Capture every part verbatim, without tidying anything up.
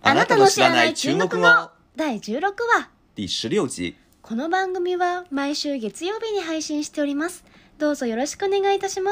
あなたの知らない中国語だいじゅうろくわ第十六集。 この番組は毎週月曜日に配信しております。どうぞよろしくお願いいたします。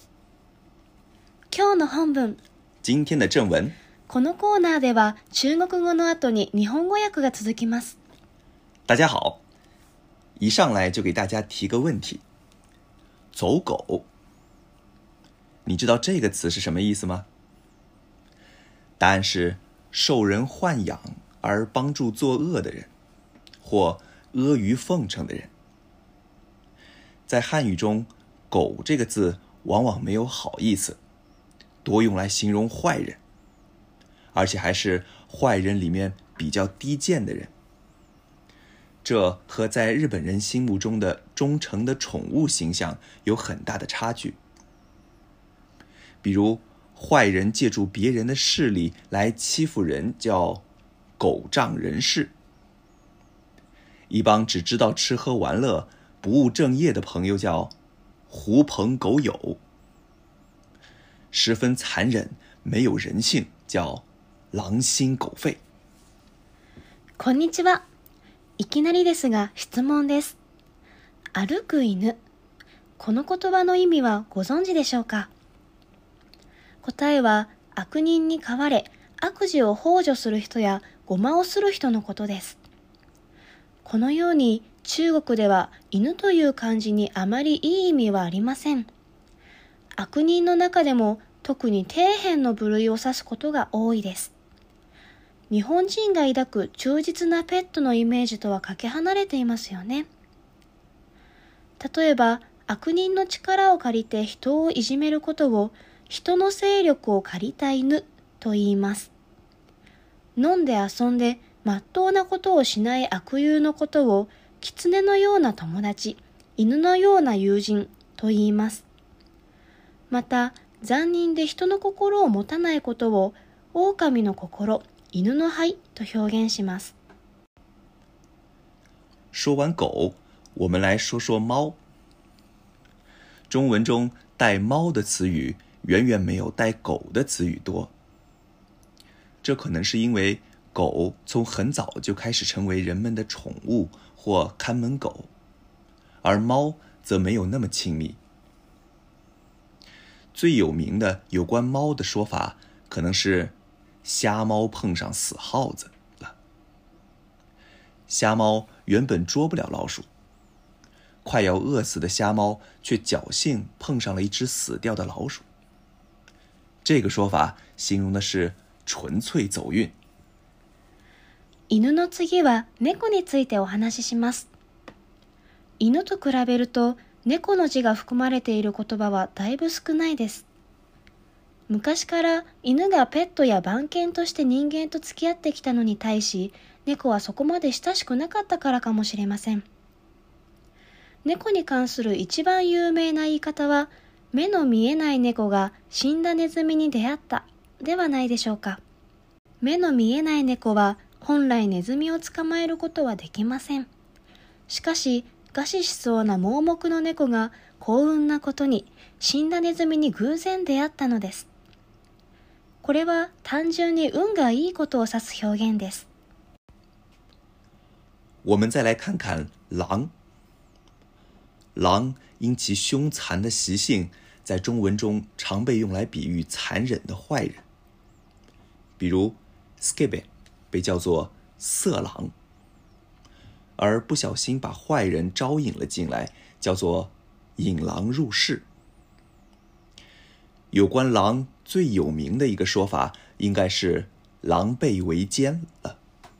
今日の本文。 今天的正文。 このコーナーでは中国語の後に日本語訳が続きます。 大家好，一上来就给大家提个问题。走狗，你知道这个词是什么意思吗？答案是受人豢养而帮助作恶的人，或阿谀奉承的人。在汉语中，狗这个字往往没有好意思，多用来形容坏人，而且还是坏人里面比较低贱的人。这和在日本人心目中的忠诚的宠物形象有很大的差距。比如坏人借助别人的势力来欺负人，叫狗仗人势。一帮只知道吃喝玩乐不务正业的朋友叫狐朋狗友。十分残忍没有人性叫狼心狗肺。 こんにちは。いきなりですが質問です。歩く犬。この言葉の意味はご存知でしょうか？答えは悪人に飼われ悪事を幇助する人やごまをする人のことです。このように中国では犬という漢字にあまりいい意味はありません。悪人の中でも特に底辺の部類を指すことが多いです。日本人が抱く忠実なペットのイメージとはかけ離れていますよね。例えば悪人の力を借りて人をいじめることを人の勢力を借りた犬と言います。飲んで遊んでまっとうなことをしない悪友のことを狐のような友達、犬のような友人と言います。また残忍で人の心を持たないことを狼の心、犬の肺と表現します。 说完狗，我们来说说猫。中文中带猫的词语远远没有带狗的词语多。这可能是因为狗从很早就开始成为人们的宠物或看门狗，而猫则没有那么亲密。最有名的有关猫的说法可能是瞎猫碰上死耗子了。瞎猫原本捉不了老鼠，快要饿死的瞎猫却侥幸碰上了一只死掉的老鼠。这个说法形容的是纯粹走运。 犬の次は猫についてお話しします。犬と比べると猫の字が含まれている言葉はだいぶ少ないです。昔から犬がペットや番犬として人間と付き合ってきたのに対し、猫はそこまで親しくなかったからかもしれません。猫に関する一番有名な言い方は、目の見えない猫が死んだネズミに出会ったではないでしょうか。目の見えない猫は本来ネズミを捕まえることはできません。しかし餓死しそうな盲目の猫が幸運なことに死んだネズミに偶然出会ったのです。これは単純に運がいいことを指す表現です。 我们再来看看狼。狼因其凶残的习性，在中文中常被用来比喻残忍的坏人。比如 skebe 被叫做色狼，而不小心把坏人招引了进来，叫做引狼入室。有关狼最有名的一个说法应该是狼狈为奸了。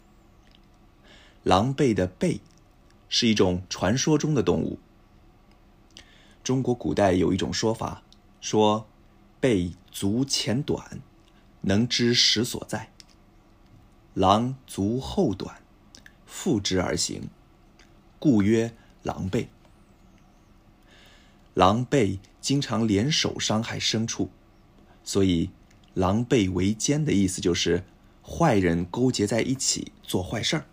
狼狈的狈是一种传说中的动物。中国古代有一种说法，说狈足前短，能知时所在。狼足后短，负之而行，故曰狼狈。狼狈经常联手伤害牲畜，所以狼狈为奸的意思就是坏人勾结在一起做坏事儿。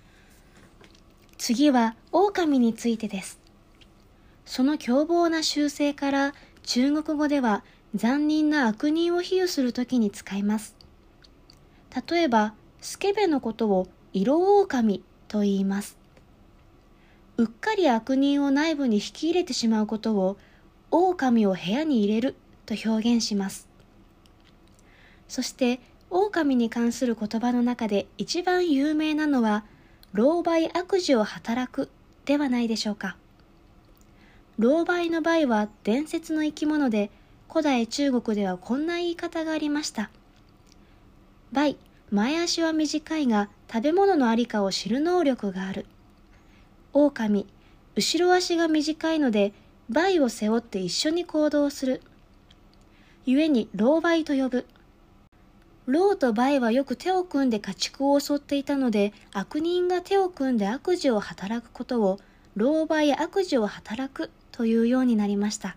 次は狼についてです。その凶暴な習性から中国語では残忍な悪人を比喩するときに使います。例えばスケベのことを色狼と言います。うっかり悪人を内部に引き入れてしまうことを狼を部屋に入れると表現します。そして狼に関する言葉の中で一番有名なのは狼狽悪事を働くではないでしょうか。狼狽の狽は伝説の生き物で、古代中国ではこんな言い方がありました。狽、前足は短いが食べ物のありかを知る能力がある。狼、後ろ足が短いので狽を背負って一緒に行動する。故に狼狽と呼ぶ。狼と狽はよく手を組んで家畜を襲っていたので、悪人が手を組んで悪事を働くことを狼狽悪事を働くというようになりました。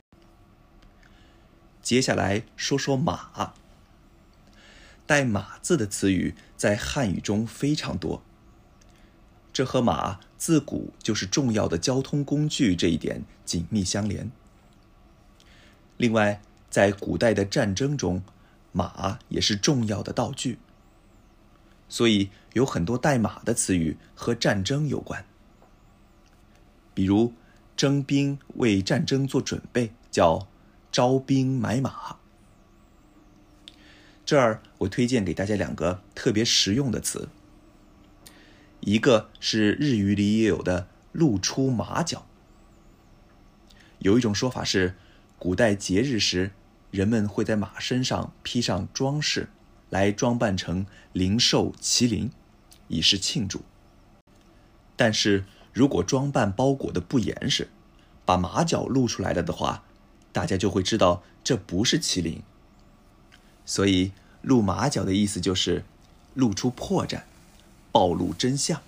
接下来说说马。带马字的词语在汉语中非常多，这和马自古就是重要的交通工具这一点紧密相连。另外，在古代的战争中，马也是重要的道具，所以有很多带马的词语和战争有关。比如征兵为战争做准备，叫招兵买马。这儿我推荐给大家两个特别实用的词，一个是日语里也有的露出马脚。有一种说法是，古代节日时，人们会在马身上披上装饰，来装扮成灵兽麒麟，以示庆祝。但是如果装扮包裹的不严实，把马脚露出来了的话，大家就会知道这不是麒麟。所以露马脚的意思就是露出破绽，暴露真相。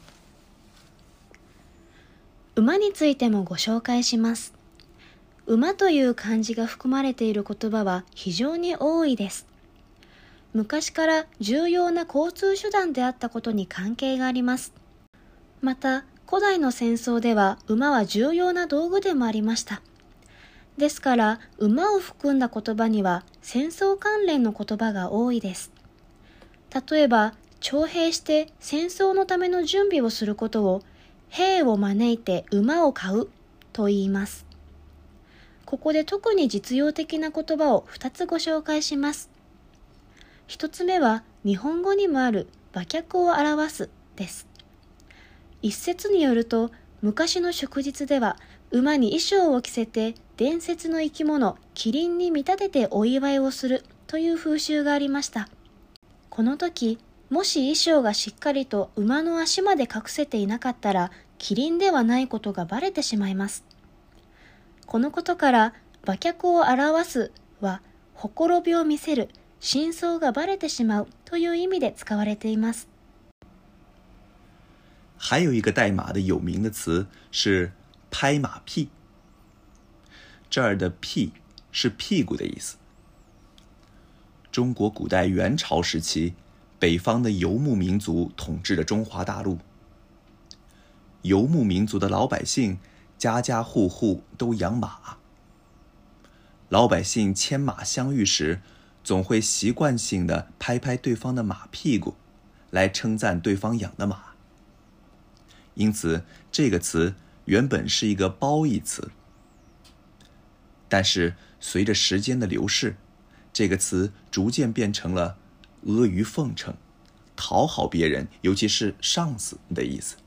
馬についてもご紹介します。馬という漢字が含まれている言葉は非常に多いです。昔から重要な交通手段であったことに関係があります。また、古代の戦争では馬は重要な道具でもありました。ですから、馬を含んだ言葉には戦争関連の言葉が多いです。例えば、徴兵して戦争のための準備をすることを、兵を招いて馬を買うと言います。ここで特に実用的な言葉をふたつご紹介します。ひとつめは、日本語にもある馬脚を表すです。一説によると、昔の祝日では馬に衣装を着せて伝説の生き物キリンに見立ててお祝いをするという風習がありました。この時、もし衣装がしっかりと馬の足まで隠せていなかったらキリンではないことがバレてしまいます。このことから馬脚を表すはほころびを見せる、真相がバレてしまうという意味で使われています。 还有一个带马的有名的词是拍马屁，这儿的屁是屁股的意思。中国古代元朝时期，北方的游牧民族统治着中华大陆。游牧民族的老百姓家家户户都养马，老百姓牵马相遇时，总会习惯性地拍拍对方的马屁股，来称赞对方养的马。因此，这个词原本是一个褒义词，但是随着时间的流逝，这个词逐渐变成了阿谀奉承、讨好别人，尤其是上司的意思。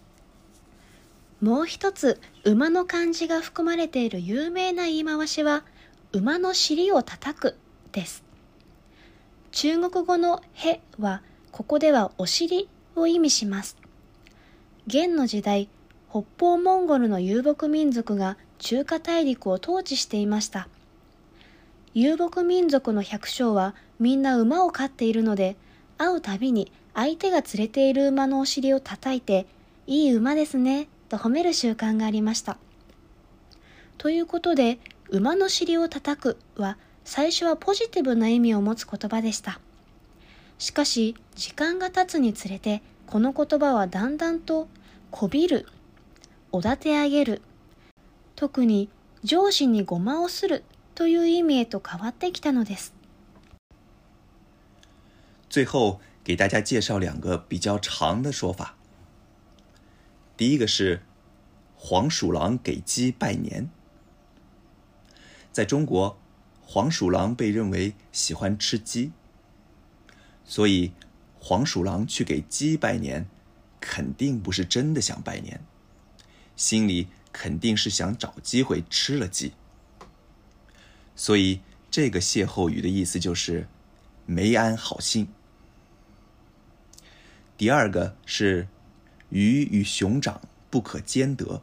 もう一つ、馬の漢字が含まれている有名な言い回しは、馬の尻を叩くです。中国語のへは、ここではお尻を意味します。元の時代、北方モンゴルの遊牧民族が中華大陸を統治していました。遊牧民族の百姓はみんな馬を飼っているので、会うたびに相手が連れている馬のお尻を叩いて、いい馬ですね、と褒める習慣がありました。ということで、馬の尻を叩くは最初はポジティブな意味を持つ言葉でした。しかし、時間が経つにつれて、この言葉はだんだんとこびる、おだて上げる、特に上司にごまをするという意味へと変わってきたのです。 最後给大家介绍两个比较长的说法。第一个是黄鼠狼给鸡拜年。在中国，黄鼠狼被认为喜欢吃鸡，所以黄鼠狼去给鸡拜年，肯定不是真的想拜年，心里肯定是想找机会吃了鸡。所以这个歇后语的意思就是没安好心。第二个是鱼与熊掌不可兼得。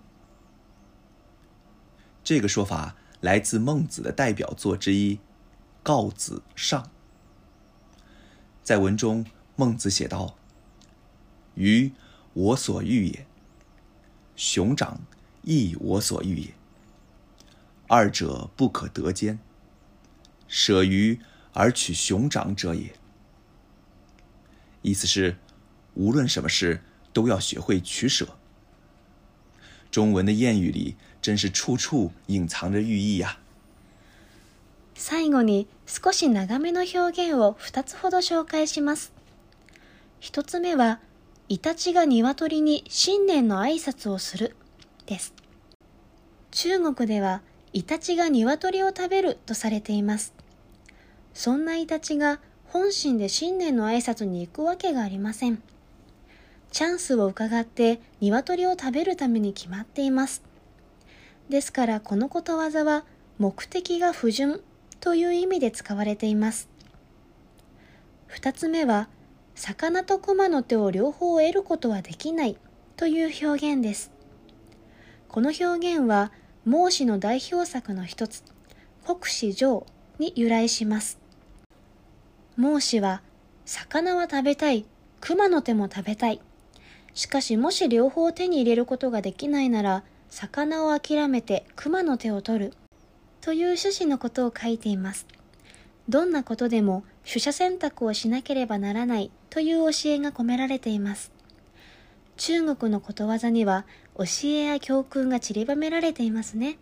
这个说法来自孟子的代表作之一《告子上》。在文中，孟子写道：鱼我所欲也，熊掌亦我所欲也，二者不可得兼，舍鱼而取熊掌者也。意思是无论什么事都要学会取舍。中文的谚语里真是处处隐藏着寓意呀。 最後に少し長めの表現をふたつほど紹介します。一つ目は、イタチが鶏に新年の挨拶をするです。中国ではイタチが鶏を食べるとされています。そんなイタチが本心で新年の挨拶に行くわけがありません。チャンスを伺って鶏を食べるために決まっています。ですからこのことわざは目的が不純という意味で使われています。二つ目は、魚と熊の手を両方得ることはできないという表現です。この表現は孟子の代表作の一つ、国史上に由来します。孟子は、魚は食べたい、熊の手も食べたい。しかしもし両方手に入れることができないなら、魚を諦めて熊の手を取るという趣旨のことを書いています。どんなことでも取捨選択をしなければならないという教えが込められています。中国のことわざには教えや教訓が散りばめられていますね。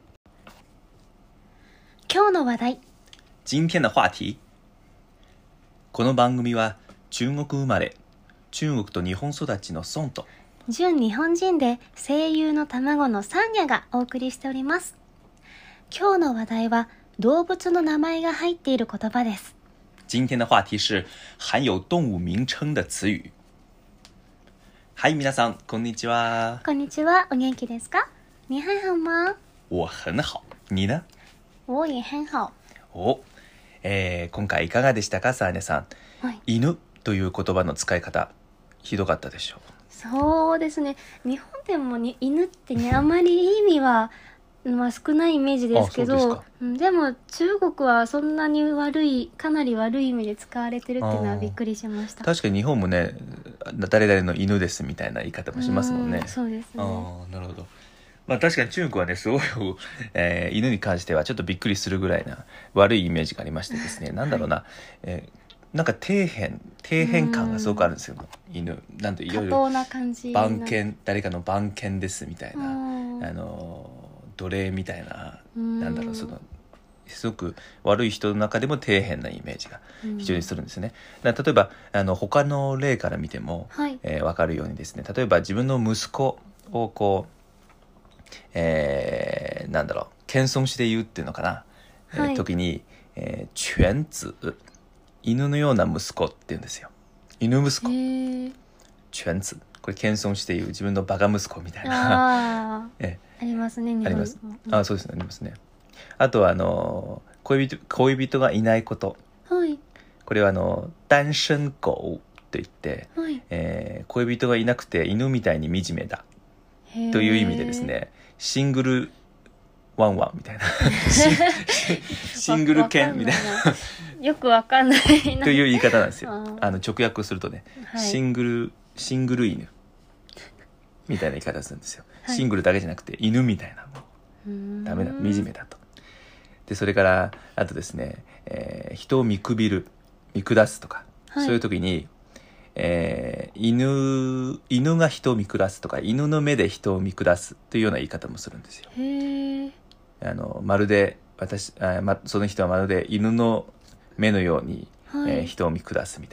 今日の話題。 今天的話題。この番組は中国生まれ、中国と日本育ちの孫と純日本人で声優の卵のサンニャがお送りしております。今日の話題は動物の名前が入っている言葉です。 今天的話題是含有動物名稱的詞語。はい、皆さんこんにちは。 こんにちは、お元気ですか？你还好吗？ 我很好。你呢？ 我也很好。 お、えー、今回いかがでしたか、サーネさん。 はい、 犬という言葉の使い方、ひどかったでしょう。 そうですね。日本でもに犬ってね、あまり意味は、まあ、少ないイメージですけど、 あ、そうですか。 うん、でも中国はそんなに悪い、かなり悪い意味で使われてるっていうのはびっくりしました。 確かに日本もね、誰々の犬ですみたいな言い方もしますもんね。 うん、そうですね。 あ、なるほど。まあ確かに中国はね、すごい、えー、犬に関してはちょっとびっくりするぐらいな悪いイメージがありましてですね、なんだろうな、えーなんか底辺底辺感がすごくあるんですよ。犬なんていろいろ番犬、誰かの番犬ですみたいな、あの奴隷みたいな、なんだろう、そのすごく悪い人の中でも底辺なイメージが非常にするんですね。だから例えばあの他の例から見ても、はい、えー、分かるようにですね、例えば自分の息子をこう、えー、なんだろう、謙遜して言うっていうのかな、はい、えー、時に、えー、犬子、犬のような息子って言うんですよ。犬息子。犬子。これ謙遜して言う自分のバカ息子みたいな。 あ, えありますね。日本あります。あ、そうですね。ありますね。あとはあの恋人恋人がいないこと。 はい。 これはあの单身狗と言って、 はい、 えー、恋人がいなくて犬みたいに惨めだという意味でですね、シングルワンワンみたいなシングル犬みたいなよくわかんないなという言い方なんですよ。あの直訳するとね、はい、シングルシングル犬みたいな言い方するんですよ、はい、シングルだけじゃなくて犬みたいなもうダメだ、惨めだと。でそれからあとですね、えー、人を見くびる、見下すとか、はい、そういう時に、えー、犬犬が人を見下すとか、犬の目で人を見下すというような言い方もするんですよ。 へー、 あのまるで私あ、ま、その人はまるで犬の目のように、はい、えー、人を見下すみたいな、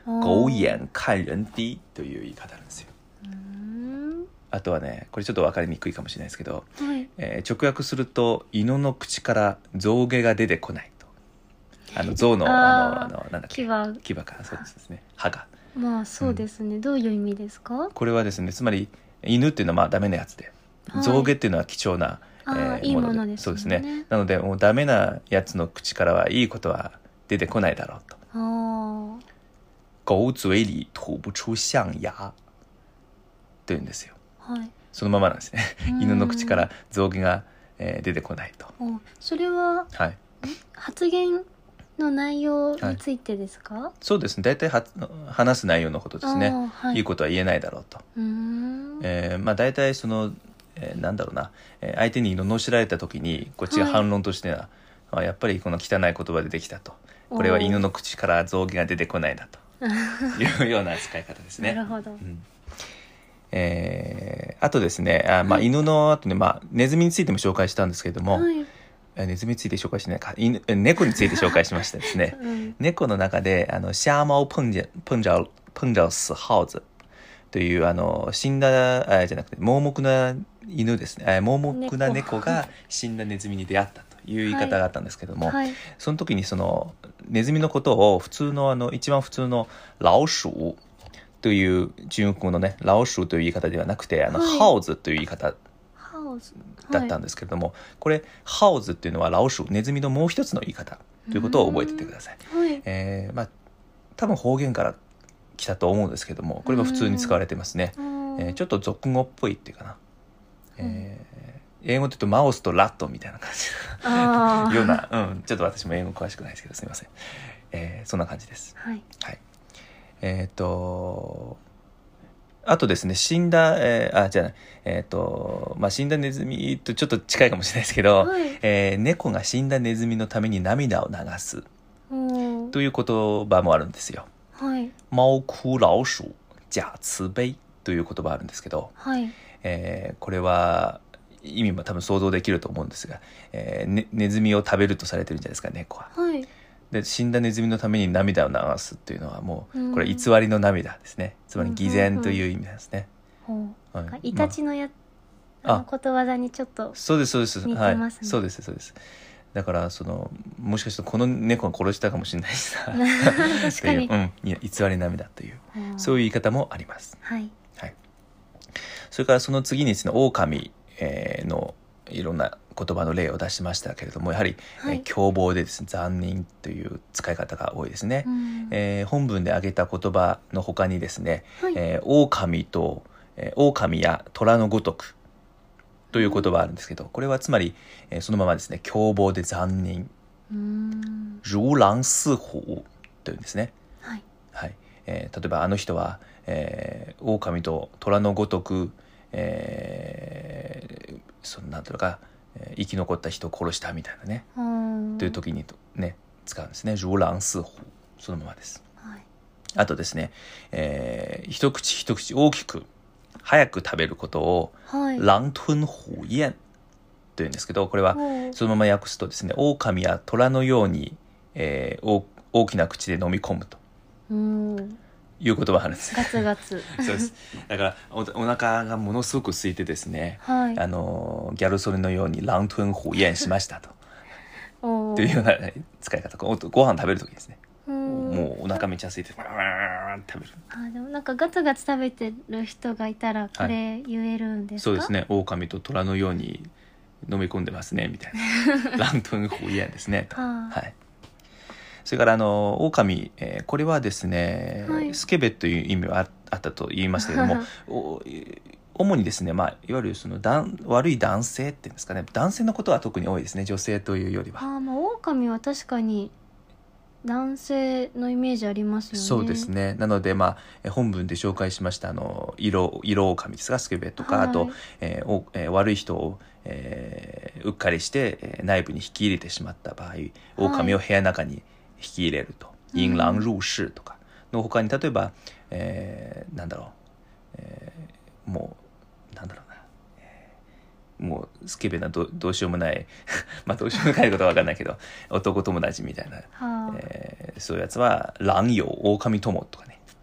狗眼看人低という言い方なんですよ。あとはね、これちょっと分かりにくいかもしれないですけど、 はいえー直訳すると犬の口から象牙が出てこないと。あの象のあのあのなんだっけ、 牙牙からそうですね、歯が。 まあそうですね、うん、どういう意味ですか？ これはですね、つまり犬っていうのはまあダメなやつで、はい、象牙っていうのは貴重な、えー、 いいものですね。 そうですね。なのでもうダメなやつの口からはいいことは出てこないだろうと。 あ狗嘴里吐不出象牙というんですよ。 はい。 そのままなんですね。犬の口から象牙が、えー、出てこないと。 それは、 はい、 発言の内容についてですか？はい、 そうですね。大体は話す内容のことですね。はい、いいことは言えないだろうと。 うーん、 えー、まあ大体その、えー、なんだろうな、えー、相手に罵られた時にこっちが反論としては、はい、やっぱりこの汚い言葉でできたと。これは犬の口から象牙が出てこないだというような使い方ですね。 なるほど。うん、 えー、あとですね、あ、まあ、犬の後ね、まあ、ネズミについても紹介したんですけれども、はい、ネズミについて紹介してないか、犬猫について紹介しましたですね。うん、猫の中であの瞎猫碰见碰着碰着死耗子というあの死んだあじゃなくて盲目な犬ですね、盲目な猫が死んだネズミに出会ったという言い方があったんですけども、はいはい、その時にそのネズミのことを普通のあの一番普通の老鼠という中国語のね老鼠という言い方ではなくてあの、はい、ハオズという言い方だったんですけれども、はい、これハオズっていうのは老鼠ネズミのもう一つの言い方ということを覚えておいてください。はい、えー、まあ多分方言から来たと思うんですけども、これも普通に使われてますね。えー、ちょっと俗語っぽいっていうかな、えー、英語で言うとマウスとラットみたいな感じような、うん、ちょっと私も英語詳しくないですけどすみません、えー、そんな感じです。はい、はい、えっ、ー、とあとですね、死んだ、えー、あ、じゃない、えっ、ー、と、まあ、死んだネズミとちょっと近いかもしれないですけど、はい、えー、猫が死んだネズミのために涙を流すという言葉もあるんですよ。はい。猫哭老鼠假慈悲という言葉あるんですけど、はい、えー、これは意味も多分想像できると思うんですが、えーね、ネズミを食べるとされてるんじゃないですか、猫は。はい。で死んだネズミのために涙を流すっていうのはもうこれ偽りの涙ですね、うん、つまり偽善という意味なんですね。 イタチのや、まあ、あのことわざにちょっとそうですそうです、似てますね。はい、そうですそうです。だからそのもしかするとこの猫が殺したかもしれないしさ確かに、うん、いや偽り涙というそういう言い方もあります。はい、はい、それからその次にですね、狼、えー、のいろんな言葉の例を出しましたけれども、やはり、はい、えー、凶暴でですね、残忍という使い方が多いですね。うん、えー、本文で挙げた言葉の他にですね、はい、えー、狼と、えー、狼や虎のごとくという言葉あるんですけど、これはつまり、えー、そのままですね、凶暴で残忍、うん、如狼似虎というんですね。はい、はい、えー、例えばあの人は、えー、狼と虎のごとく、えー、そのなんていうのか生き残った人を殺したみたいなね、という時にね使うんですね。如狼似虎、そのままです。はい、あとですね、えー、一口一口大きく早く食べることを、はい、狼吞虎咽というんですけど、これはそのまま訳すとですね、狼や虎のように、えー、大, 大きな口で飲み込むと。うんいう言葉があるんです。 ガツガツそうです。だから お, お腹がものすごく空いてですね、はい、あのギャル曽根のように狼吞虎咽しましたとというような使い方。ご飯食べるときですね、もうお腹めちゃ空いてバーンって食べる。 あ、でもなんかガツガツ食べてる人がいたらこれ言えるんですか？ はい、そうですね。狼と虎のように飲み込んでますねみたいな狼吞虎咽ですねと。はい。それからあの狼、えー、これはですね、はい、スケベという意味は あ, あったと言いましたけれどもお主にですね、まあ、いわゆるそのだん悪い男性っていうんですかね、男性のことは特に多いですね、女性というよりは。 あ、まあ、狼は確かに男性のイメージありますよね。 そうですね。なので、まあ、本文で紹介しましたあの色色狼ですが、スケベとか、はい、あと、えーおえー、悪い人を、えー、うっかりして、えー、内部に引き入れてしまった場合、狼を部屋の中に引き入れると、引狼入室とかの他に、例えば、えー、なんだろう、えー、もうなんだろうな、えー、もうスケベな ど, どうしようもないまあどうしようもないことは分かんないけど男友達みたいな、はあ、えー、そういうやつは狼友狼友とかね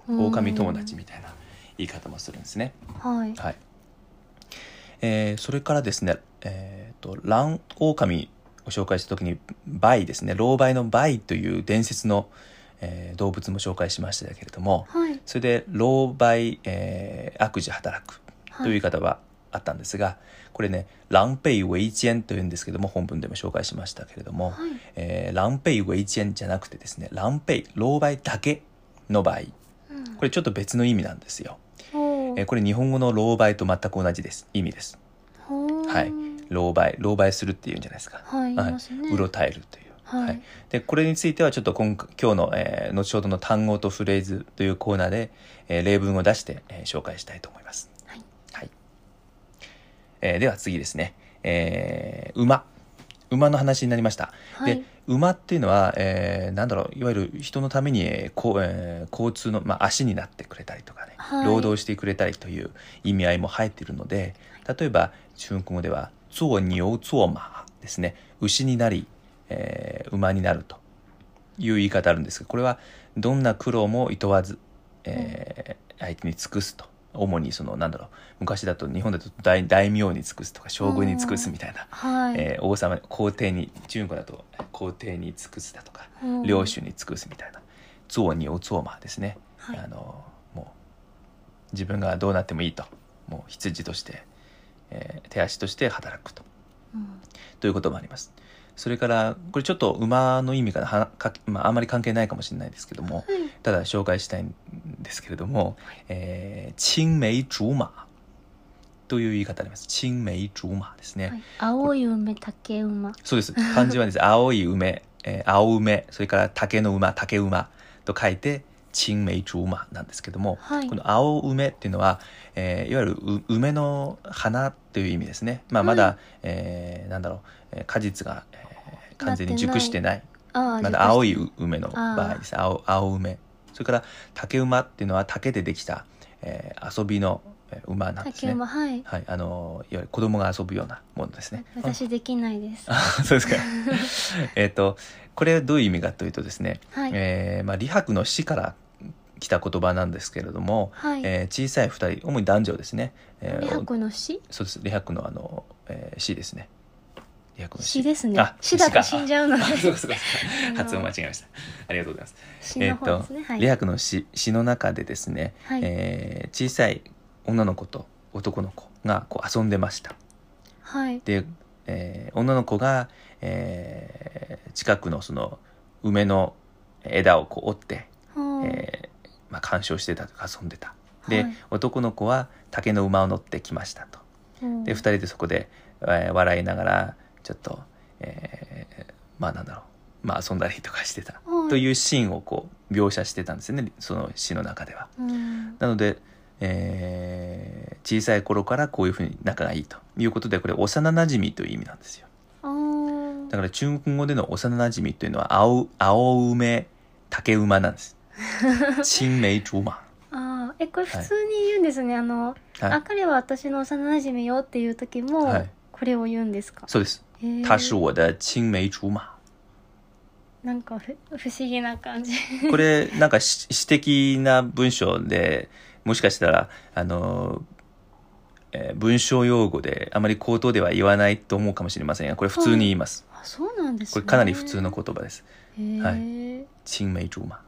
狼友達みたいな言い方もするんですね。 はい。 はい。えー、それからですね、えーと、狼狼を紹介した時に梅ですね、老梅の梅という伝説の、えー、動物も紹介しましたけれども、 はい。 それで老梅、えー、悪事働くという言い方はあったんですが、はい、これね狼狽為奸というんですけども、本文でも紹介しましたけれども、 はい、 えー、狼狽為奸じゃなくてですね、狼狽老梅だけの場合、うん、これちょっと別の意味なんですよ。えー、これ日本語の老梅と全く同じです意味です。はい、老梅老梅するっていうんじゃないですか。 はい、 はい、 いますね。 うろたえるという。 はいはい、でこれについてはちょっと今今日の、えー、後ほどの単語とフレーズというコーナーで、えー、例文を出して、えー、紹介したいと思います。 はいはい、えー、では次ですね、えー、馬馬の話になりました。はい、で馬っていうのは、えー、なんだろういわゆる人のために、えーこえー、交通の、まあ、足になってくれたりとかね、はい、労働してくれたりという意味合いも入っているので、例えば中国語では做牛做馬ですね、牛になり、えー、馬になるという言い方あるんですが、これはどんな苦労も厭わず、えー、相手に尽くすと。主にそのなんだろう昔だと日本だと 大, 大名に尽くすとか将軍に尽くすみたいな、 はい、 えー、王様皇帝に、中国だと皇帝に尽くすだとか、領主に尽くすみたいな做牛做馬ですね、はい、あのもう自分がどうなってもいいと、もう羊として、えー、手足として働くと、うん、ということもあります。それからこれちょっと馬の意味がはか、まあ、あんまり関係ないかもしれないですけども、うん、ただ紹介したいんですけれども、えー、青梅竹馬という言い方あります。青梅竹馬ですね、はい、 青い梅竹馬。 そうです。漢字はですね青い梅、えー、青梅、それから竹の馬竹馬と書いて青梅竹馬なんですけども、はい、この青梅っていうのは、えー、いわゆる梅の花という意味ですね。まあ、まだ、はい、えー、なんだろう果実が、えー、完全に熟してない、まだ青い梅の場合です。 青, 青梅。それから竹馬っていうのは竹でできた、えー、遊びの馬なんですね。 竹馬、はい、 はい、あのいわゆる子供が遊ぶようなものですね。 私できないです。 あ、そうですか。えっとこれはどういう意味かというとですね、 はい、 えーまあ、李白の詩から来た言葉なんですけれども、はい、えー、小さい二人、主に男女ですね。 えー、李白の詩？ そうです。李白のあの、えー、詩ですね。 李白の詩ですね。詩だと死んじゃうので。 そうそう発音間違えました。ありがとうございます。 詩の方ですね。 えー、はい、李白の詩詩の中でですね、はい、えー、小さい女の子と男の子がこう遊んでました。 はい、 で、えー、女の子が、えー、近くのその梅の枝をこう折って、はえーまあ、鑑賞してたとか遊んでた。で、はい、男の子は竹の馬を乗ってきましたと。で、二人でそこで、えー、笑いながらちょっと、えー、まあなんだろう、まあ遊んだりとかしてた、はい、というシーンをこう描写してたんですよね、その詩の中では。なので、えー、小さい頃からこういうふうに仲がいいということで、これ幼なじみという意味なんですよ。だから中国語での幼なじみというのは 青, 青梅竹馬なんです。青梅竹馬。 あ、え、これ普通に言うんですね。はい、あの、はい、あ、彼は私の幼なじみよっていう時も、はい、これを言うんですか？ そうです。他是我的青梅竹馬。 なんかふ不思議な感じ。 これなんか詩的な文章で、もしかしたらあの、えー、文章用語であまり口頭では言わないと思うかもしれませんが、これ普通に言います。 はい、あ、そうなんですね。 これかなり普通の言葉です。 へ、 はい、青梅竹馬。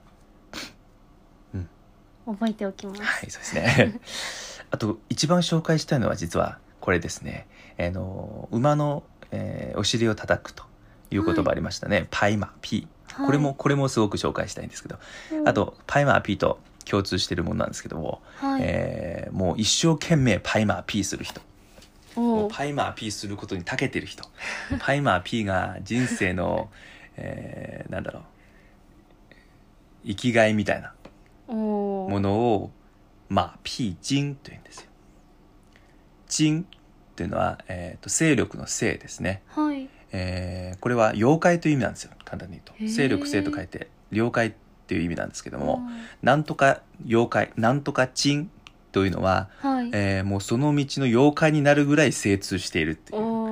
覚えておきます。 はい、そうですね。あと一番紹介したいのは実はこれですね。あの馬の、えー、お尻を叩くという言葉ありましたね。はい、パイマピー。これもこれもすごく紹介したいんですけど、はい、あとパイマピーと共通しているものなんですけども、はい、えー、もう一生懸命パイマピーする人。もうパイマーピーすることに長けてる人。パイマーピーが人生の、えー、なんだろう、生きがいみたいなものをまあピージンというんですよ。ジンっていうのは、えー、と勢力の勢ですね。 はい、 えー、これは妖怪という意味なんですよ。簡単に言うと勢力勢と書いて妖怪っていう意味なんですけども、なんとか妖怪なんとかジンというのは、はい、えー、もうその道の妖怪になるぐらい精通しているっていう。 お、じ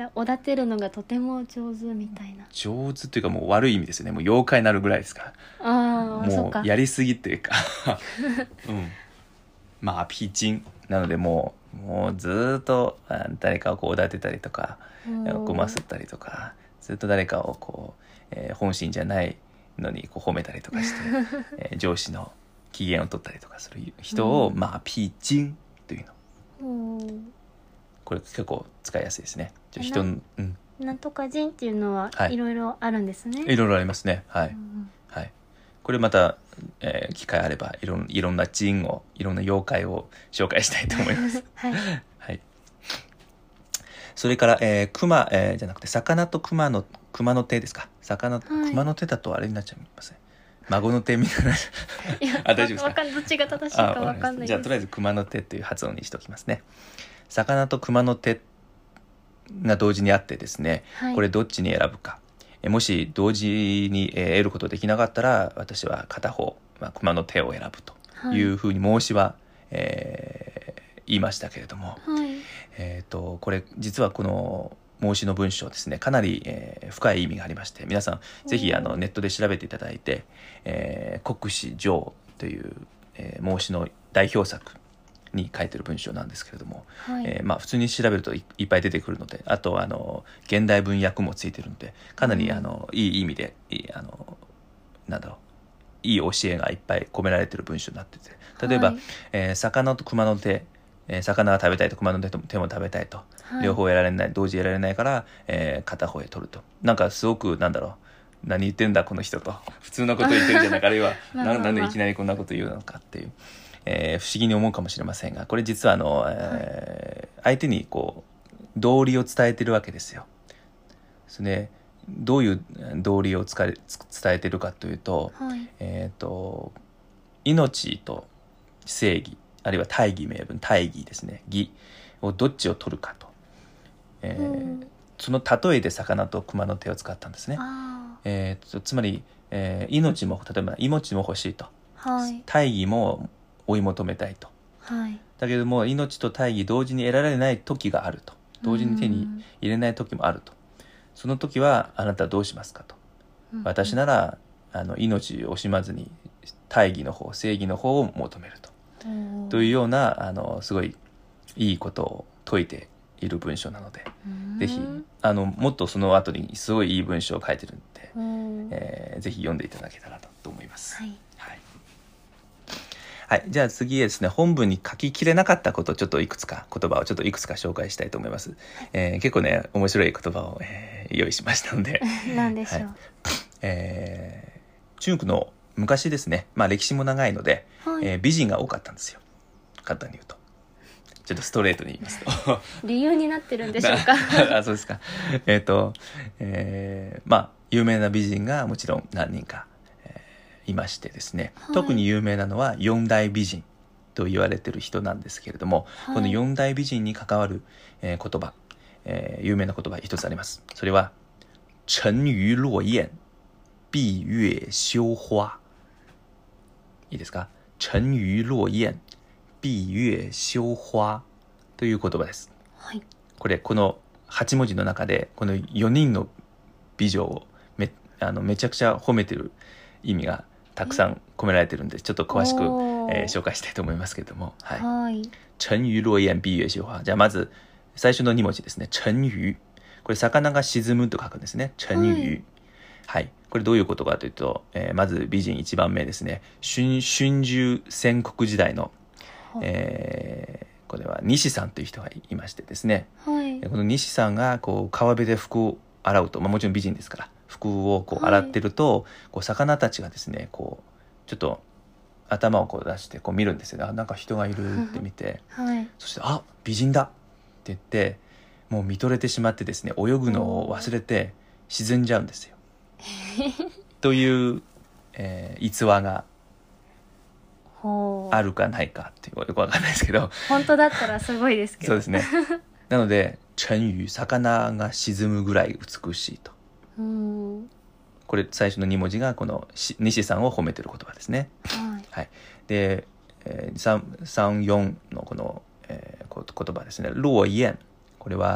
じゃあおだてるのがとても上手みたいな。 上手というかもう悪い意味ですよね。もう妖怪になるぐらいですから。 ああ、そっか。 もうやりすぎっていうか、うん、まあピーチンなのでもうもうずっとあ誰かをこうおだてたりとかごますったりとか、ずっと誰かをこう、えー本心じゃないのにこう褒めたりとかして、えー上司の機嫌を取ったりとかする人を、 うんまあピーチンというの。 うんこれ結構使いやすいですね。じゃあ人の、うん、 なんとか人っていうのははいいろいろあるんですね。 いろいろありますね。はい、 うんはい。これまた、えー機会あればいろんいろんな人をいろんな妖怪を紹介したいと思います。 はい。 はい。それから、えー、熊、えーじゃなくて魚と熊の熊の手ですか。魚、 はい熊の手だとあれになっちゃいますね。孫の手みたいな。 いや、 あ大丈夫ですかわかんどっちが正しいかわかんないです。 じゃあとりあえず熊の手という発音にしておきますね。魚と熊の手が同時にあってですね、 はい、 これどっちに選ぶか。えもし同時に、えー得ることできなかったら私は片方、まあ、熊の手を選ぶというふうに孟子は、えー言いましたけれども、 はいえー、とこれ実はこの孟子の文章ですね、かなり、えー深い意味がありまして、皆さんぜひあのネットで調べていただいて「えー国史上」という、えー孟子の代表作に書いてる文章なんですけれども、 はい、 えーまあ、普通に調べると い, いっぱい出てくるので、あとあの現代文訳もついてるのでかなり、 うんあのいい意味でいいあのなんだろういい教えがいっぱい込められてる文章になってて、例えば、 はいえー魚と熊の手、えー魚が食べたいと熊の手と手も食べたいと、 はい両方やられない同時やられないから、えー片方へ取ると、なんかすごくなんだろう何言ってんだこの人と普通のこと言ってるじゃないかあるいはまあまあまあななんでいきなりこんなこと言うのかっていうえー不思議に思うかもしれませんが、これ実はあの、えー相手にこう道理を伝えてるわけですよ。それでどういう道理をつかれつ伝えてるかというと、 はいえー、と命と正義あるいは大義名分大義ですね義をどっちを取るかと、えーうんその例えで魚と熊の手を使ったんですね。 あえー、とつまり、えー命も例えば命も欲しいと、 ーはい大義も追い求めたいと、 はいだけども命と大義同時に得られない時があると、同時に手に入れない時もあると、その時はあなたはどうしますかと、 うん私ならあの命を惜しまずに大義の方正義の方を求めると、 うんというようなあのすごいいいことを説いている文章なので、 うんぜひあのもっとその後にすごいいい文章を書いてるんで、 うんえーぜひ読んでいただけたらと思います。 はいはいはい、じゃあ次ですね、本文に書ききれなかったことをちょっといくつか言葉をちょっといくつか紹介したいと思います。えー結構ね面白い言葉を、えー用意しましたのでなんでしょう。 はいえー中国の昔ですね、まあ歴史も長いので、 はいえー美人が多かったんですよ、簡単に言うと。ちょっとストレートに言いますと理由になってるんでしょうか。 あそうですか。えっ、と、えーまあ有名な美人がもちろん何人か、えーいましてですね、 はい特に有名なのは四大美人と言われてる人なんですけれども、 はいこの四大美人に関わる、えー言葉、えー有名な言葉一つあります。それは沉魚落雁闭月羞花。いいですか。沉魚落雁閉月羞花という言葉です。 はいこれこのはち文字の中でこのよにんの美女を め, あのめちゃくちゃ褒めてる意味がたくさん込められてるんで、ちょっと詳しく、 おーえー紹介したいと思いますけれども、はい。 はい沉魚落雁閉月羞花。じゃあまず最初のに文字ですね。沉魚。これ魚が沈むと書くんですね。沉魚。 はいはい。これどういうことかというと、えーまず美人いちばんめですね。春春秋戦国時代の、えーこれは西さんという人がいましてですね、 はいこの西さんがこう川辺で服を洗うと、まあ、もちろん美人ですから服をこう洗ってると、こう魚たちがですねこうちょっと頭をこう出してこう見るんですよね。あなんか人がいるって見てはいそしてあ美人だって言ってもう見とれてしまってですね、泳ぐのを忘れて沈んじゃうんですよという、えー逸話がほうあるかないかっていうよくわかんないですけど本当だったらすごいですけど。 そうですねなので沉魚魚が沈むぐらい美しいと、 うんこれ最初のに文字がこのし西さんを褒めてる言葉ですね。 はいはい、で、えー、さん、さん、よんのこの、えーこ言葉ですね。落雁、これは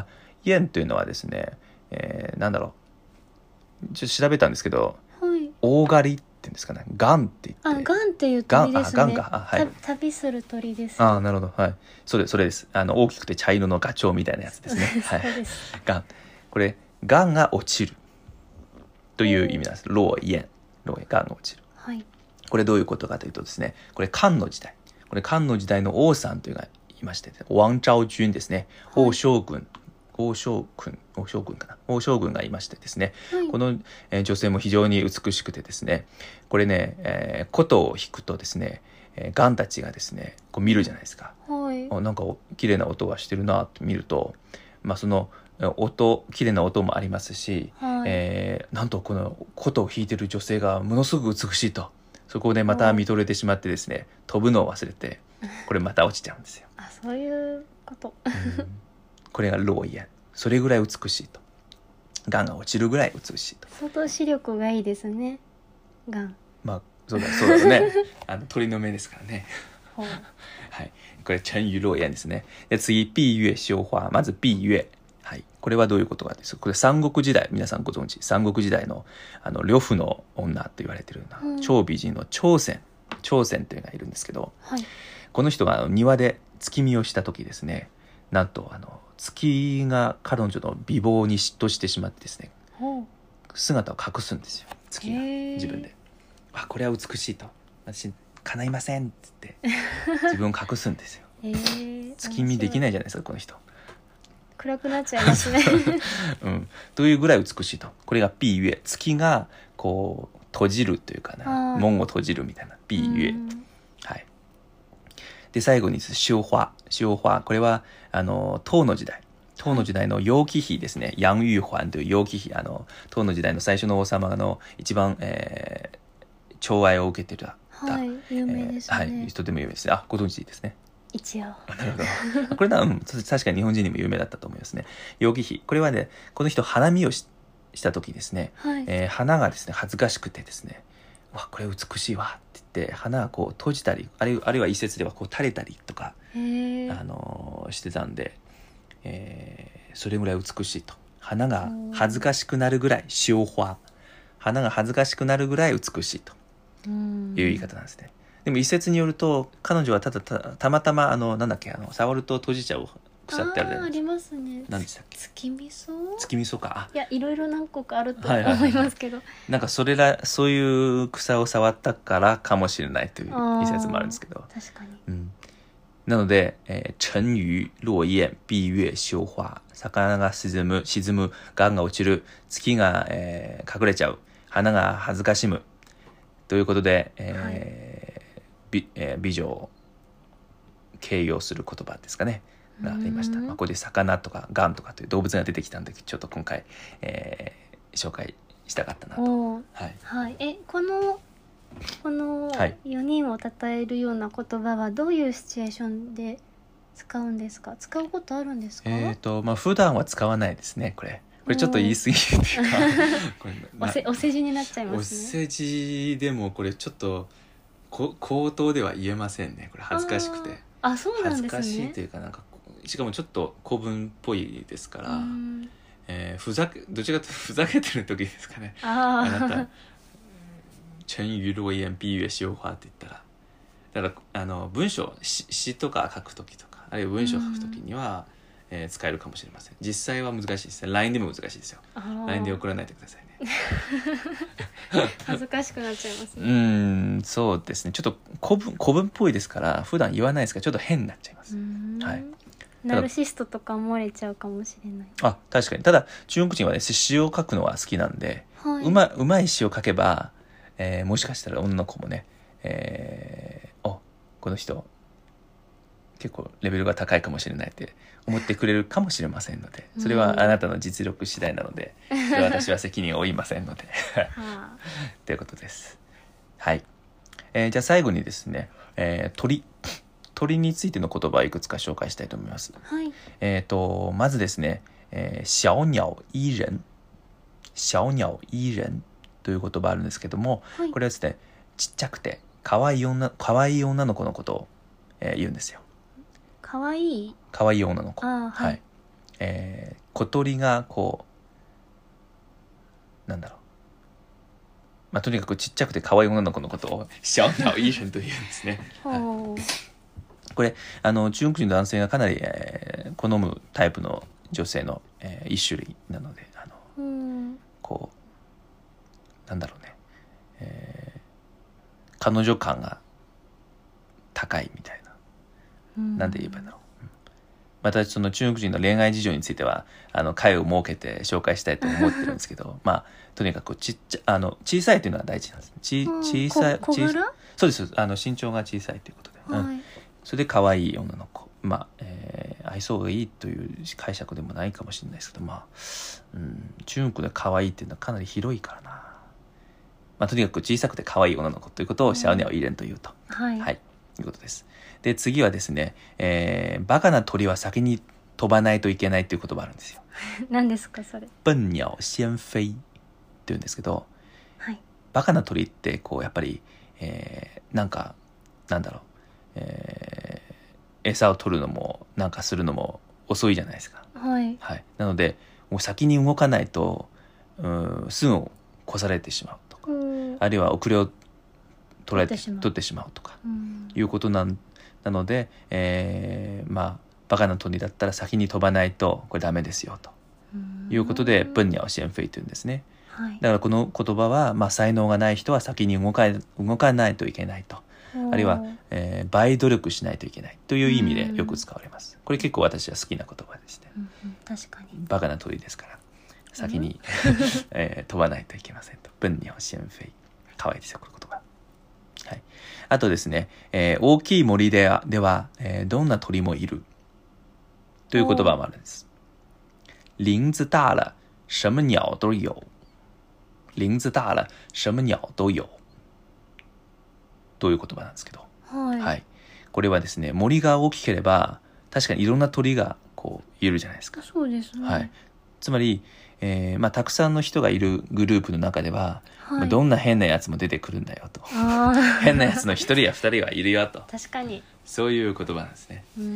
燕というのはですね、えー、なんだろう、ちょっと調べたんですけど、 はい、 大狩りっていうんですかね、ガンって言って、 あ、ガンっていう鳥ですね。 ガン、あ、ガンか、あ、はい、 た旅する鳥です。 あ、なるほど、はい、それそれです。あの大きくて茶色のガチョウみたいなやつですね。はい、 そうです。 ガン、これガンが落ちるという意味なんです。落燕、落燕、ガンが落ちる。 はい。 これどういうことかというとですね、これ漢の時代、これ漢の時代の王さんというのがいまして、王昭君ですね、王将軍、王将軍、王将軍かな、王将軍がいましてですね、 はい、 この、えー女性も非常に美しくてですね、これね、えー、琴を弾くとですね、えー、ガンたちがですね、こう見るじゃないですか。 はい、 あ、なんか綺麗な音がしてるなと見ると、まあその音、綺麗な音もありますし、 はい、 えーなんとこの琴を弾いてる女性がものすごく美しいと。そこでまた見とれてしまってですね、飛ぶのを忘れて、これまた落ちちゃうんですよ。 あ、そういうこと。 うん、これが落燕、それぐらい美しいと。ガンが落ちるぐらい美しいと。 相当視力がいいですね、ガン。 まあそうだそうだろうね。あの鳥の目ですからね。 ほう。 はい、これ陳雨落燕ですね。で次、闭月羞花、まず閉月。はい、これはどういうことかです。これ三国時代、皆さんご存知、三国時代のあの呂布の女と言われているような、 うん、 超美人の朝鮮、朝鮮というのがいるんですけど、 はい、 この人があの庭で月見をした時ですね、なんとあの月が彼女の美貌に嫉妬してしまってですね、 ほう。 姿を隠すんですよ、月がへー自分で。あ、これは美しいと、私叶いませんって言って自分を隠すんですよ。 えー、 月見できないい。 じゃないですか、この人。 暗くなっちゃいますね。 うん、というぐらい美しいと。これが閉月、月がこう閉じるというかな、門を閉じるみたいな閉月。はい。で最後に羞花、羞花、これはあの唐の時代、唐の時代の楊貴妃ですね、楊玉環という楊貴妃、あの唐の時代の最初の王様の一番、えー、寵愛を受けていた、 はい、有名ですね。 えーはい、とても有名ですね。あ、ご存知ですね。 一応。 なるほど。これな、うん、確かに日本人にも有名だったと思いますね。楊貴妃、これはね、この人花見を し, した時ですね、 はい、 えー、花がですね恥ずかしくてですね、わ、これ美しいわって言って花がこう閉じたり、あるいはあるいは一説ではこう垂れたりとか、 へー、 あのーしてたんで、えー、それぐらい美しいと。花が恥ずかしくなるぐらい、羞花、花が恥ずかしくなるぐらい美しいという言い方なんですね。でも一説によると、彼女はただ た, たまたまあのなんだっけ、あの触ると閉じちゃう草ってあるじゃないですか。 あー、ありますね。 何でしたっけ。 月味噌。 月味噌か。 いや、いろいろ何個かあるとはいはいはい思いますけど。 なんかそれらそういう草を触ったからかもしれないという一説もあるんですけど。 確かに。 うん、なので、えー、陳雨落燕、閉月羞花、魚が沈む、沈む、ガンが落ちる、月が、えー、隠れちゃう、花が恥ずかしむということで、えーはい、 美, えー、美女を形容する言葉ですかねがありました。まあ、ここで魚とかガンとかという動物が出てきたんで、ちょっと今回、えー、紹介したかったなと。 おー、 はい、 はい、え、このこのはいよにんを称えるような言葉はどういうシチュエーションで使うんですか？使うことあるんですか？ えっ、ー、とまあ普段は使わないですね。これこれちょっと言い過ぎっていうかこれ、まあ、 おせお世辞になっちゃいまおすね。 世辞でもこれちょっとこ口頭では言えませんね。これ恥ずかしくて、 ああ、そうなんですね。 恥ずかしいというか、なんかしかもちょっと古文っぽいですから、 うん、 えー、ふざけどちらかというとふざけてる時ですかね。 ああなた陳雨落燕閉月羞花って言ったら、だからあの文章 詩, 詩とか書く時とか、あるいは文章を書く時には、うん、えー、使えるかもしれません。実際は難しいですね。 ライン でも難しいですよ。 ライン で送らないでくださいね。 恥ずかしくなっちゃいますね。 うーん、そうですね。ちょっと古文古文っぽいですから普段言わないですから、ちょっと変になっちゃいます。はい。 ナルシストとか漏れちゃうかもしれない。 あ、確かに。ただ中国人はね、詩を書くのは好きなんで、 はい、 うまうまい詩を書けば、えー、もしかしたら女の子もね、えー、お、この人結構レベルが高いかもしれないって思ってくれるかもしれませんので、それはあなたの実力次第なので、それは私は責任を負いませんのではあ、ということです。はい、えー、じゃあ最後にですね、えー、鳥鳥についての言葉をいくつか紹介したいと思います。 はい、 えーとまずですね、えー、小鳥依人、小鳥依人という言葉あるんですけども、 はい、 これはですね、ちっちゃくて可愛い女可愛い女の子のことを、えー、言うんですよ。 可愛い可愛い女の子、 あ、はい、 はい、 えー、小鳥がこうなんだろう、まあ、とにかくちっちゃくて可愛い女の子のことを小鸟依人というんですね。はい、これあの中国人の男性がかなり、えー、好むタイプの女性の、えー、一種類なので、あの、うん、こうなんだろうね、えー、彼女感が高いみたいな、うん、なんで言えばいいんだろう。またその中国人の恋愛事情についてはあの会を設けて紹介したいと思ってるんですけどまあとにかくちっちゃあの小さいというのは大事なんです。ち小さい、 小柄？ そうです。あの身長が小さいということで、はい、うん、それで可愛い女の子、まあ、えー、愛想がいいという解釈でもないかもしれないですけど、まあ、うん、中国で可愛いっていうのはかなり広いからな。まあ、とにかく小さくて可愛い女の子ということをシャオニャオイレンというと、はい、はい、いうことです。で次はですね、えー、バカな鳥は先に飛ばないといけないという言葉あるんですよ。 何ですかそれ？ 笨鳥先飛っていうんですけど、はい、バカな鳥ってこうやっぱり、えー、なんかなんだろう、えー、餌を取るのもなんかするのも遅いじゃないですか。はい、はい、なのでもう先に動かないと、うん、すぐ越されてしまうとか、あるいは遅れを取られて取ってしまうとかいうことなんなので、えー、まあバカな鳥だったら先に飛ばないとこれダメですよということで笨鳥先飛というんですね。はい、だからこの言葉は、まあ、才能がない人は先に動か動かないといけないと、あるいは、えー、倍努力しないといけないという意味でよく使われます。これ結構私は好きな言葉でして、うんうん、確かにバカな鳥ですから先に、えー、飛ばないといけませんと。笨鳥先飛、可愛いですよこの言葉。はい、あとですね、えー、大きい森では、ではえー、どんな鳥もいるという言葉もあるんです。林子大了什么鸟都有。林子大了什么鳥都有という言葉なんですけど、はいはい、これはですね、森が大きければ確かにいろんな鳥がこういるじゃないですか。 そうですね、 はい、つまり、えーまあ、たくさんの人がいるグループの中では、はい、まあ、どんな変なやつも出てくるんだよと変なやつの一人や二人はいるよと、 確かにそういう言葉なんですね。うん、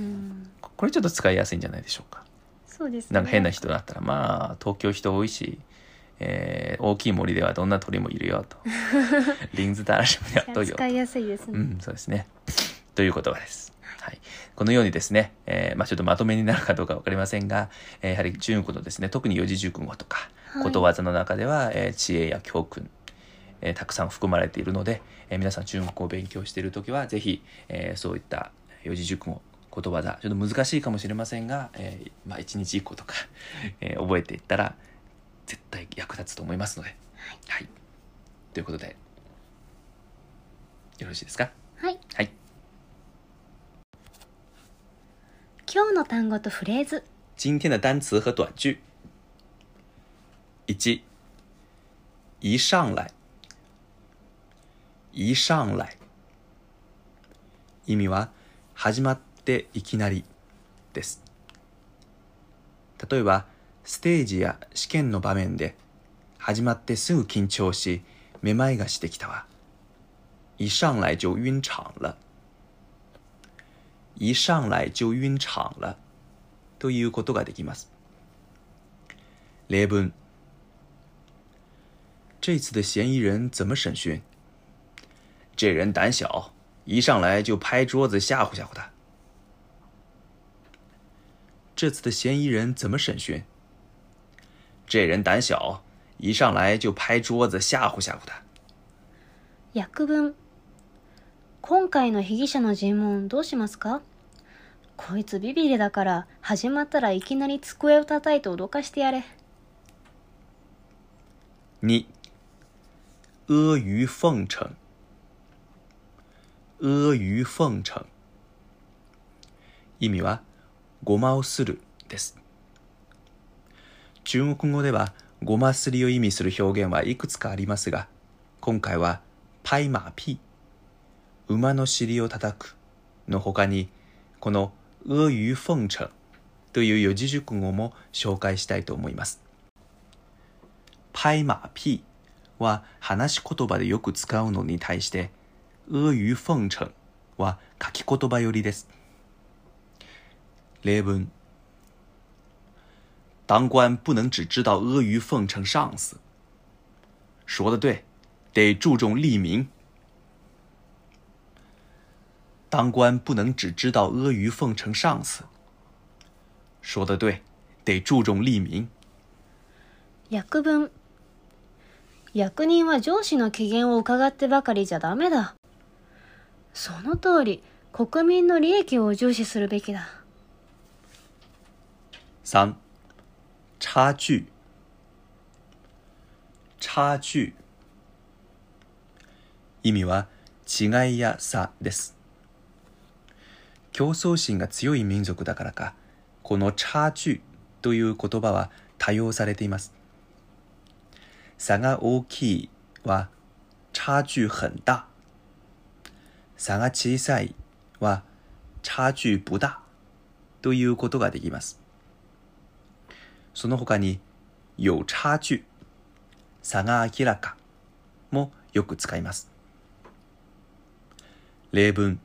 これちょっと使いやすいんじゃないでしょうか。 そうですね、 なんか変な人だったら、まあ東京人多いし、えー、大きい森ではどんな鳥もいるよと林子大了什么鳥都有、 使いやすいですね。 うん、そうですねという言葉です。はい、このようにですね、えーまあ、ちょっとまとめになるかどうか分かりませんが、えー、やはり中国のですね、特に四字熟語とか、はい、ことわざの中では、えー、知恵や教訓、えー、たくさん含まれているので、えー、皆さん中国語を勉強しているときはぜひ、えー、そういった四字熟語、ことわざ、ちょっと難しいかもしれませんが、えーまあ、いちにちいっことか、えー、覚えていったら絶対役立つと思いますので、はいはい、ということでよろしいですか。 はい、 はい、 今日の単語とフレーズ。 今天的单词和短句。いち、一上来。一上来。意味は始まっていきなりです。例えばステージや試験の場面で始まってすぐ緊張しめまいがしてきたわ。一上来就晕場了。一上来就晕場了ということができます。例文。这次的嫌疑人怎么审讯？这人胆小，一上来就拍桌子吓唬吓唬他。这次的嫌疑人怎么审讯？这人胆小，一上来就拍桌子吓唬吓唬他。 訳文。今回の被疑者の尋問どうしますか？こいつビビリだから始まったらいきなり机を叩いて脅かしてやれ。 に、阿谀奉承。阿谀奉承。意味はごまするです。中国語ではごますりを意味する表現はいくつかありますが、今回は拍馬屁、馬の尻を叩くの他に、この阿谀奉承という四字熟語も紹介したいと思います。拍馬屁は話し言葉でよく使うのに対して、阿谀奉承は書き言葉寄りです。例文。 当官不能只知道阿谀奉承上司。说得对，得注重利民。当官不能只知道阿谀奉承上司。说得对，得注重利民。 訳文。役人は上司の機嫌を伺ってばかりじゃダメだ。その通り、国民の利益を重視するべきだ。 三、差距。差距。意味は違いや差です。競争心が強い民族だからか、この差距という言葉は多用されています。差が大きいは差距很大。差が小さいは差距不大ということができます。その他に有差距、差が明らかもよく使います。例文。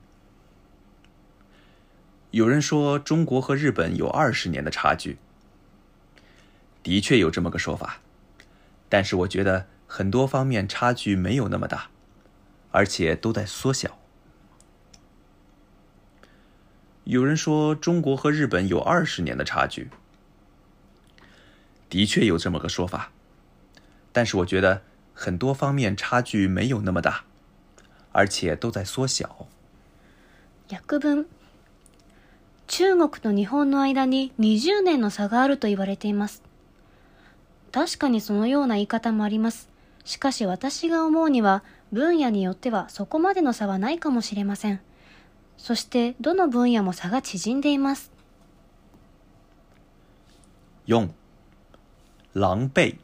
有人说中国和日本有二十年的差距。的确有这么个说法，但是我觉得很多方面差距没有那么大，而且都在缩小。有人说中国和日本有二十年的差距。的确有这么个说法，但是我觉得很多方面差距没有那么大，而且都在缩小。 訳文。中国と日本の間ににじゅうねんの差があると言われています。確かにそのような言い方もあります。しかし私が思うには、分野によってはそこまでの差はないかもしれません。そしてどの分野も差が縮んでいます。 四、狼狽。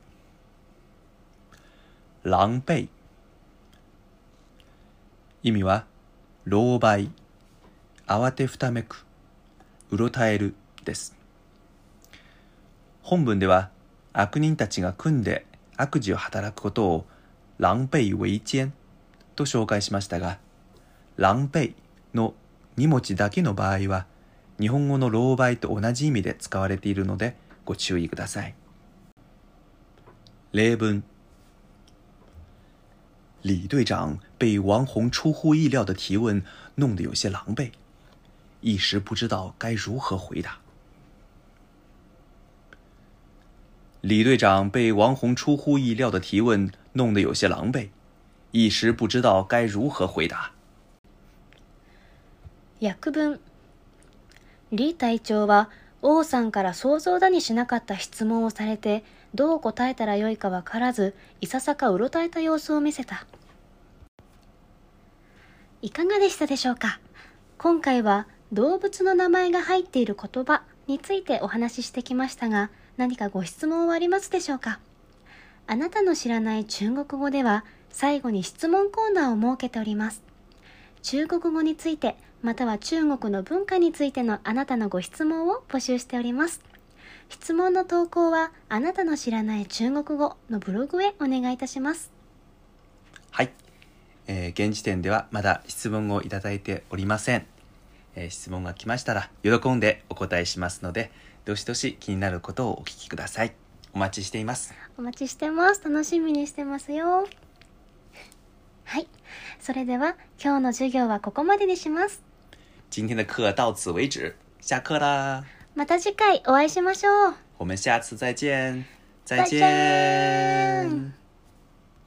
狼狽。意味は狼狽、慌てふためく、うろたえるです。本文では悪人たちが組んで悪事を働くことを狼狽為奸と紹介しましたが、狼狽のに文字だけの場合は日本語の狼狽と同じ意味で使われているのでご注意ください。例文。李队长被王红出乎意料的提问弄得有些狼狽，一时不知道该如何回答。李队长被王红出乎意料的提问弄得有些狼狽，一时不知道该如何回答。 訳文。李隊長は王さんから想像だにしなかった質問をされて、どう答えたらよいかわからず、いささかうろたえた様子を見せた。いかがでしたでしょうか。今回は動物の名前が入っている言葉についてお話ししてきましたが、何かご質問はありますでしょうか。あなたの知らない中国語では最後に質問コーナーを設けております。中国語についてまたは中国の文化についてのあなたのご質問を募集しております。質問の投稿はあなたの知らない中国語のブログへお願いいたします。 はい、えー、現時点ではまだ質問をいただいておりません。えー、質問が来ましたら喜んでお答えしますので、どしどし気になることをお聞きください。お待ちしています。 お待ちしてます。楽しみにしてますよ。はい、それでは今日の授業はここまでにします。 今天的課到此為止。下課啦。 また次回お会いしましょう。 我們下次再見。 再見。